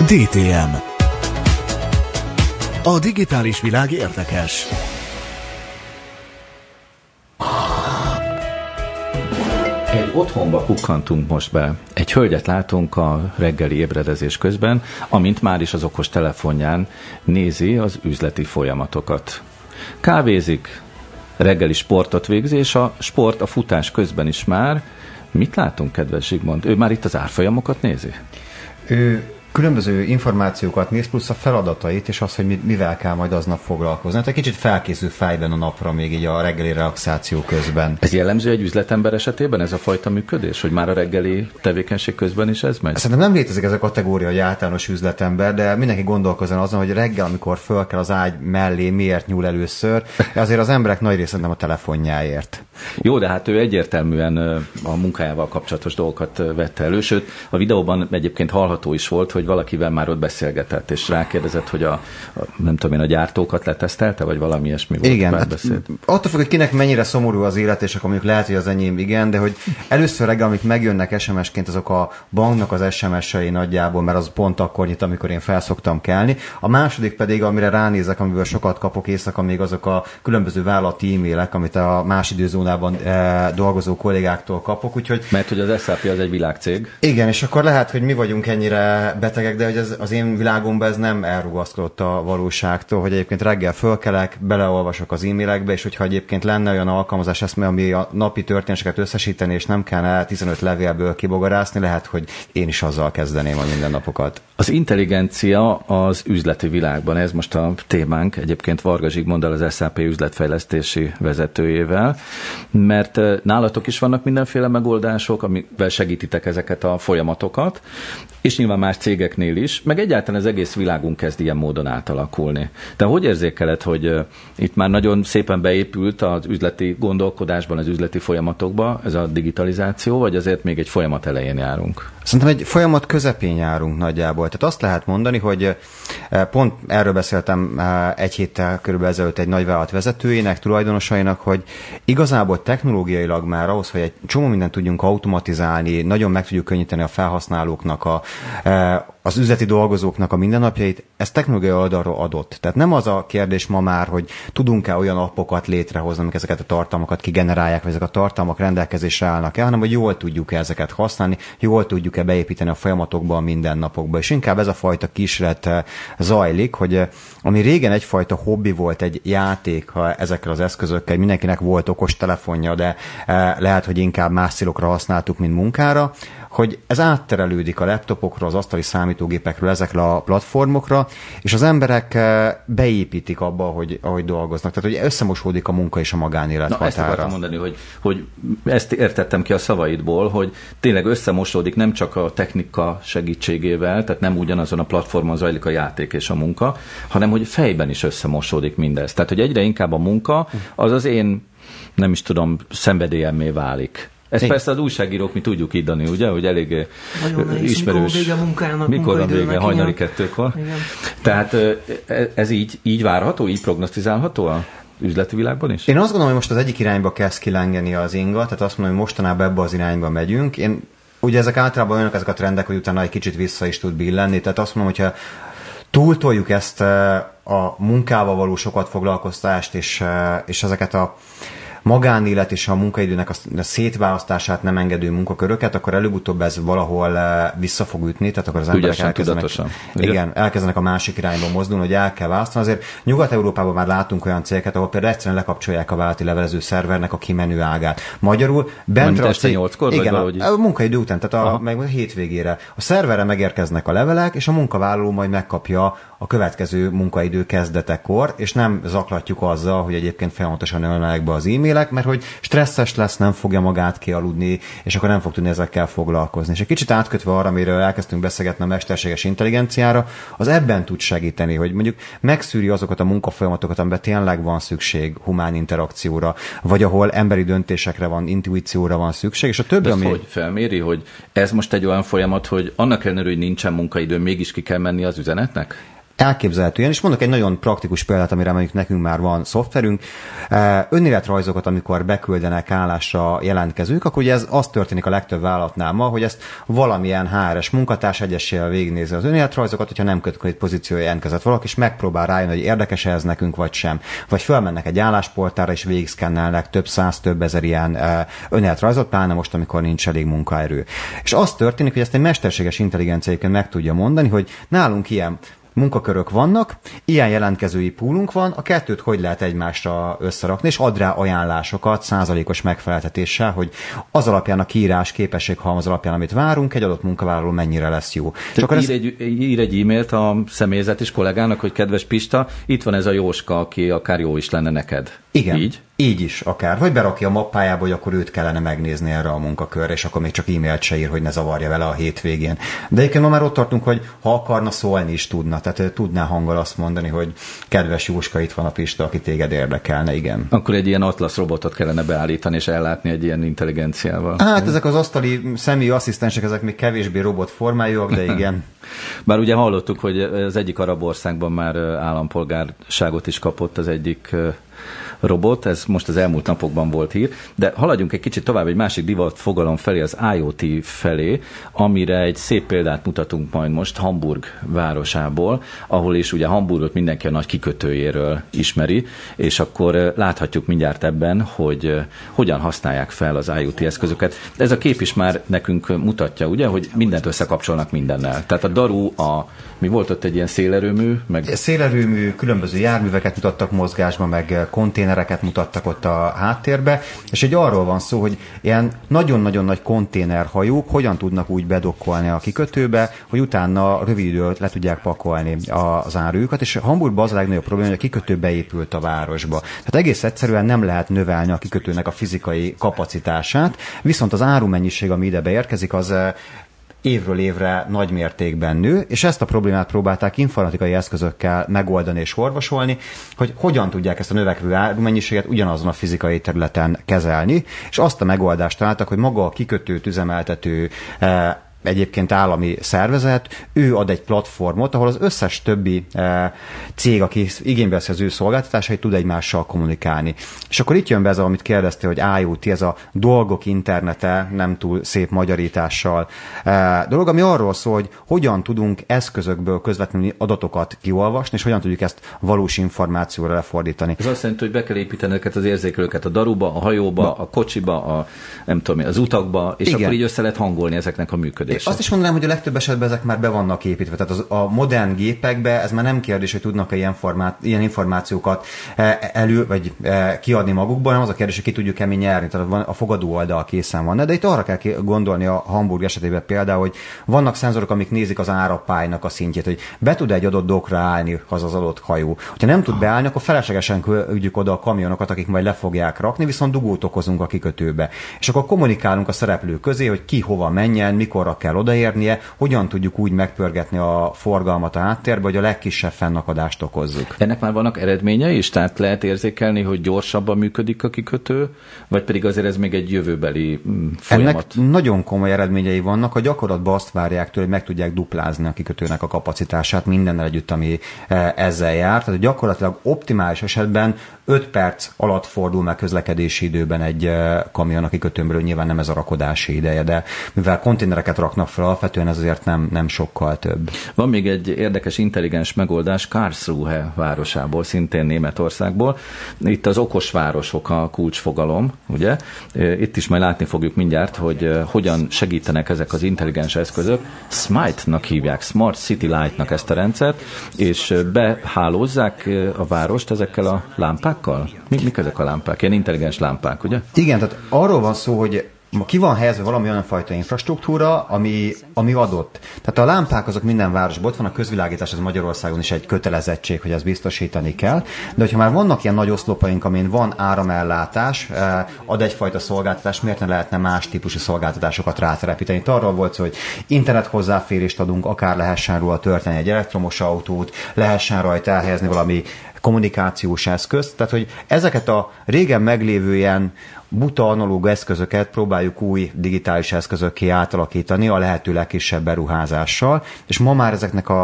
DTM. A digitális világ érdekes. Egy otthonba kukkantunk most be. Egy hölgyet látunk a reggeli ébredezés közben, amint már is az okos telefonján nézi az üzleti folyamatokat. Kávézik, reggeli sportot végzi, és a sport a futás közben is már. Mit látunk, kedves Zsigmond? Ő már itt az árfolyamokat nézi? Ő különböző információkat néz, plusz a feladatait, és az, hogy mivel kell majd aznap foglalkozni. Hát egy kicsit felkészül fejben a napra még így a reggeli relaxáció közben. Ez jellemző egy üzletember esetében, ez a fajta működés, hogy már a reggeli tevékenység közben is ez megy? Szerintem nem létezik ez a kategória, hogy általános üzletember, de mindenki gondolkozzon azon, hogy reggel, amikor föl kell az ágy mellé, miért nyúl először, azért az emberek nagy része nem a telefonjáért. Jó, de hát ő egyértelműen a munkájával kapcsolatos dolgokat vette elő, sőt, a videóban egyébként hallható is volt, hogy valakivel már ott beszélgetett, és rákérdezett, hogy nem tudom én, a gyártókat letesztelte, vagy valami ilyesmi volt. Igen, hát attól függ, hogy kinek mennyire szomorú az élet, és akkor mondjuk lehet, hogy az enyém igen, de hogy először reggel, amik megjönnek SMS-ként, azok a banknak az SMS-ei nagyjából, mert az pont akkor nyit, amikor én felszoktam kelni. A második pedig, amire ránézek, amiből sokat kapok éjszaka, még azok a különböző vállalati e-mailek, amit a más időzónában dolgozó kollégáktól kapok, úgyhogy... Mert hogy az SAP az egy világcég. Igen, és akkor lehet, hogy mi vagyunk ennyire betegek, de hogy az én világomban ez nem elrugaszkodott a valóságtól, hogy egyébként reggel fölkelek, beleolvasok az e-mailekbe, és hogyha egyébként lenne olyan alkalmazás, ami a napi történéseket összesíteni, és nem kellene 15 levélből kibogarászni, lehet, hogy én is azzal kezdeném a mindennapokat. Az intelligencia az üzleti világban, ez most a témánk, egyébként Varga Zsigmonddal, az SAP üzletfejlesztési vezetőjével, mert nálatok is vannak mindenféle megoldások, amivel segítitek ezeket a folyamatokat, és nyilván más cégeknél is, meg egyáltalán az egész világunk kezd ilyen módon átalakulni. Te hogy érzékeled, hogy itt már nagyon szépen beépült az üzleti gondolkodásban, az üzleti folyamatokba ez a digitalizáció, vagy azért még egy folyamat elején járunk? Szerintem egy folyamat közepén járunk nagyjából. Tehát azt lehet mondani, hogy pont erről beszéltem egy héttel körülbelül ezelőtt egy nagyvállalat vezetőjének, tulajdonosainak, hogy igazából technológiailag már ahhoz, hogy egy csomó mindent tudjunk automatizálni, nagyon meg tudjuk könnyíteni a felhasználóknak, az üzleti dolgozóknak a mindennapjait, ez technológiai oldalról adott. Tehát nem az a kérdés ma már, hogy tudunk-e olyan appokat létrehozni, amik ezeket a tartalmakat kigenerálják, vagy ezek a tartalmak rendelkezésre állnak el, hanem hogy jól tudjuk-e ezeket használni, jól tudjuk-e beépíteni a folyamatokba, a mindennapokba. És inkább ez a fajta kísérlet zajlik, hogy ami régen egyfajta hobbi volt, egy játék ezekkel az eszközökkel, mindenkinek volt okos telefonja, de lehet, hogy inkább más célokra használtuk, mint munkára, hogy ez átterelődik a laptopokra, az asztali számítógépekről, ezekre a platformokra, és az emberek beépítik abba, ahogy dolgoznak. Tehát, hogy összemosódik a munka és a magánélet határa. Ezt akartam mondani, hogy ezt értettem ki a szavaidból, hogy tényleg összemosódik nem csak a technika segítségével, tehát nem ugyanazon a platformon zajlik a játék és a munka, hanem hogy fejben is összemosódik mindez. Tehát, hogy egyre inkább a munka az én, nem is tudom, szenvedélyemmé válik. Ezt persze az újságírók mi tudjuk írni, ugye, hogy elég ismerős. Mikor vége a munkának, mikor van vége, hajnali 2-kor. Tehát ez így várható, így prognosztizálható a üzleti világban is? Én azt gondolom, hogy most az egyik irányba kezd kilengeni az inga, tehát azt mondom, hogy mostanában ebbe az irányba megyünk. Ugye ezek általában olyanok ezek a trendek, hogy utána egy kicsit vissza is tud billenni, tehát azt mondom, hogyha túltoljuk ezt a munkával való sokat foglalkoztást, és ezeket a magánélet és a munkaidőnek a szétválasztását nem engedő munkaköröket, akkor előbb-utóbb ez valahol vissza fog ütni, tehát akkor az emberek elkezdenek a másik irányba mozdulni, hogy el kell választani. Azért Nyugat-Európában már látunk olyan cégeket, ahol például egyszerűen lekapcsolják a vállalati levelező szervernek a kimenő ágát. Magyarul bentre a munkaidő után, tehát meg a hétvégére. A szerverre megérkeznek a levelek, és a munkavállaló majd megkapja a következő munkaidő kezdetekor, és nem zaklatjuk azzal, hogy egyébként folyamatosan ölnek be az e-mailek, mert hogy stresszes lesz, nem fogja magát kialudni, és akkor nem fog tudni ezekkel foglalkozni. És egy kicsit átkötve arra, amiről elkezdtünk beszélgetni a mesterséges intelligenciára, az ebben tud segíteni, hogy mondjuk megszűri azokat a munkafolyamatokat, amiben tényleg van szükség humán interakcióra, vagy ahol emberi döntésekre van, intuícióra van szükség, és a többi, ami... hogy felméri, hogy ez most egy olyan folyamat, hogy annak ellenére, hogy nincsen munkaidő, mégis ki kell menni az üzenetnek? Elképzelhető ilyen, és mondok egy nagyon praktikus példát, amire mondjuk nekünk már van szoftverünk. Önéletrajzokat, amikor beküldenek állásra jelentkezők, akkor ugye ez az történik a legtöbb vállalatnál ma, hogy ezt valamilyen HRS munkatárs egyesével végignézi az önéletrajzokat, hogyha nem kötött egy pozíciója jelentkezett valaki, és megpróbál rájönni, hogy érdekes-e ez nekünk, vagy sem. Vagy fölmennek egy állásportára, és végigszkennelnek több száz, több ezer ilyen önéletrajzot, pláne most, amikor nincs elég munkaerő. És az történik, hogy ezt egy mesterséges intelligenciáként meg tudja mondani, hogy nálunk ilyen munkakörök vannak, ilyen jelentkezői poolunk van, a kettőt hogy lehet egymásra összerakni, és ad rá ajánlásokat százalékos megfeleltetéssel, hogy az alapján a kiírás képességhalmaz alapján, amit várunk, egy adott munkavállaló mennyire lesz jó. Ír egy e-mailt a személyzet és kollégának, hogy kedves Pista, itt van ez a Jóska, aki akár jó is lenne neked. Igen. Így is akár. Vagy berakja a mappájába, hogy akkor őt kellene megnézni erre a munkakörre, és akkor még csak e-mailt se ír, hogy ne zavarja vele a hétvégén. De egyébként ma már ott tartunk, hogy ha akarna, szólni is tudna. Tehát tudná hanggal azt mondani, hogy kedves Jóska, itt van a Pista, aki téged érdekelne, igen. Akkor egy ilyen Atlas robotot kellene beállítani, és ellátni egy ilyen intelligenciával. Hát ezek az asztali személyi asszisztensek, ezek még kevésbé robot formájúak, de igen. Bár ugye hallottuk, hogy az egyik arab országban már állampolgárságot is kapott az egyik robot, ez most az elmúlt napokban volt hír, de haladjunk egy kicsit tovább egy másik divat fogalom felé, az IoT felé, amire egy szép példát mutatunk majd most Hamburg városából, ahol is ugye Hamburgot mindenki a nagy kikötőjéről ismeri, és akkor láthatjuk mindjárt ebben, hogy hogyan használják fel az IoT eszközöket. Ez a kép is már nekünk mutatja, ugye, hogy mindent összekapcsolnak mindennel. Tehát a daru, mi volt ott egy ilyen szélerőmű? Szélerőmű, különböző járműveket mutattak mozgásba, meg konténereket mutattak ott a háttérbe, és egy arról van szó, hogy ilyen nagyon-nagyon nagy konténerhajók hogyan tudnak úgy bedokkolni a kikötőbe, hogy utána rövid időt le tudják pakolni az árujukat, és Hamburgban az a legnagyobb probléma, hogy a kikötő beépült a városba. Tehát egész egyszerűen nem lehet növelni a kikötőnek a fizikai kapacitását, viszont az árumennyiség, ami ide beérkezik, az évről évre nagy mértékben nő, és ezt a problémát próbálták informatikai eszközökkel megoldani és orvosolni, hogy hogyan tudják ezt a növekvő árumennyiséget ugyanazon a fizikai területen kezelni, és azt a megoldást találtak, hogy maga a kikötőt üzemeltető egyébként állami szervezet, ő ad egy platformot, ahol az összes többi cég, aki igénybe veszi az ő szolgáltatásait, tud egymással kommunikálni. És akkor itt jön be ez, amit kérdezte, hogy IoT, ez a dolgok internete, nem túl szép magyarítással dolog, ami arról szól, hogy hogyan tudunk eszközökből közvetlenül adatokat kiolvasni, és hogyan tudjuk ezt valós információra lefordítani. Ez azt jelenti, hogy be kell építeni ezeket az érzékelőket a daruba, a hajóba, a kocsiba, nem tudom, az utakba, és igen, akkor így össze lehet hangolni ezeknek a működését. Azt is mondanám, hogy a legtöbb esetben ezek már be vannak építve. Tehát a modern gépekbe ez már nem kérdés, hogy tudnak-e ilyen információkat vagy kiadni magukból, hanem az a kérdés, hogy ki tudjuk-e mi nyerni. Tehát a fogadó oldal készen van. De itt arra kell gondolni a Hamburg esetében például, hogy vannak szenzorok, amik nézik az árapálynak a szintjét, hogy be tud egy adott dokkra állni az adott hajó. Ha nem tud beállni, akkor feleslegesen küldjük oda a kamionokat, akik majd le fogják rakni, viszont dugót okozunk a kikötőbe. És akkor kommunikálunk a szereplők közé, hogy ki hova menjen, mikorra kell odaérnie, hogyan tudjuk úgy megpörgetni a forgalmat a háttérbe, hogy a legkisebb fennakadást okozzuk. Ennek már vannak eredményei is? Tehát lehet érzékelni, hogy gyorsabban működik a kikötő, vagy pedig azért ez még egy jövőbeli folyamat? Ennek nagyon komoly eredményei vannak. A gyakorlatban azt várják tőle, hogy meg tudják duplázni a kikötőnek a kapacitását mindennel együtt, ami ezzel jár. Tehát gyakorlatilag optimális esetben 5 perc alatt fordul meg közlekedési időben egy kamion a kikötőnből, nyilván nem ez a rakodási ideje, de mivel konténereket raknak fel, alapvetően ez azért nem sokkal több. Van még egy érdekes, intelligens megoldás Karlsruhe városából, szintén Németországból. Itt az okos városok a kulcsfogalom, ugye? Itt is majd látni fogjuk mindjárt, hogy hogyan segítenek ezek az intelligens eszközök. Smite-nak hívják, Smart City Light-nak ezt a rendszert, és behálózzák a várost ezekkel a lámpákkal? Mik ezek a lámpák? Ilyen intelligens lámpák, ugye? Igen, tehát arról van szó, hogy ki van helyezve valami olyan fajta infrastruktúra, ami adott. Tehát a lámpák azok minden városban, ott van a közvilágítás, ez Magyarországon is egy kötelezettség, hogy ezt biztosítani kell. De hogyha már vannak ilyen nagy oszlopaink, amin van áramellátás, ad egyfajta szolgáltatás, miért ne lehetne más típusú szolgáltatásokat rátelepíteni? Itt arról volt szó, hogy internet hozzáférést adunk, akár lehessen róla tölteni egy elektromos autót, lehessen rajta elhelyezni valami kommunikációs eszközt. Tehát, hogy ezeket a régen meglévő ilyen buta analóg eszközöket próbáljuk új digitális eszközökké átalakítani a lehető legkisebb beruházással, és ma már ezeknek a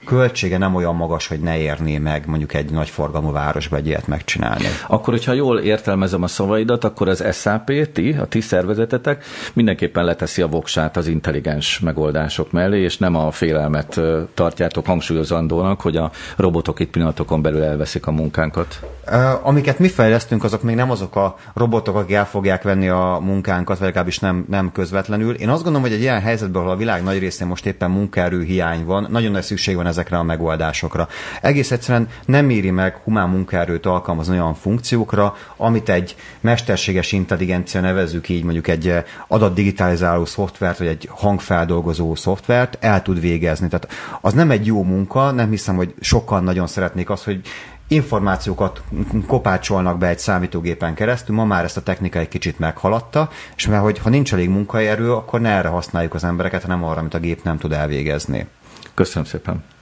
költsége nem olyan magas, hogy ne érné meg mondjuk egy nagy forgalmú városba egy ilyet megcsinálni. Akkor, hogyha jól értelmezem a szavaidat, akkor az SAP, a ti szervezetetek mindenképpen leteszi a voksát az intelligens megoldások mellé, és nem a félelmet tartjátok hangsúlyozandónak, hogy a robotok itt pillanatokon belül elveszik a munkánkat. Amiket mi fejlesztünk, azok még nem azok a robotok, akik el fogják venni a munkánkat, vagy legalábbis nem közvetlenül. Én azt gondolom, hogy egy ilyen helyzetben, ahol a világ nagy részén most éppen munkaerő hiány van, nagyon nagy szükség van ezekre a megoldásokra. Egész egyszerűen nem éri meg humán munkaerőt alkalmazni olyan funkciókra, amit egy mesterséges intelligencia, nevezzük így, mondjuk egy adatdigitalizáló szoftvert, vagy egy hangfeldolgozó szoftvert el tud végezni. Tehát az nem egy jó munka, nem hiszem, hogy sokan nagyon szeretnék azt, hogy információkat kopácsolnak be egy számítógépen keresztül, ma már ezt a technika egy kicsit meghaladta, és mert hogy ha nincs elég munkaerő, akkor ne erre használjuk az embereket, hanem arra, amit a gép nem tud elvégezni. Köszönöm szépen.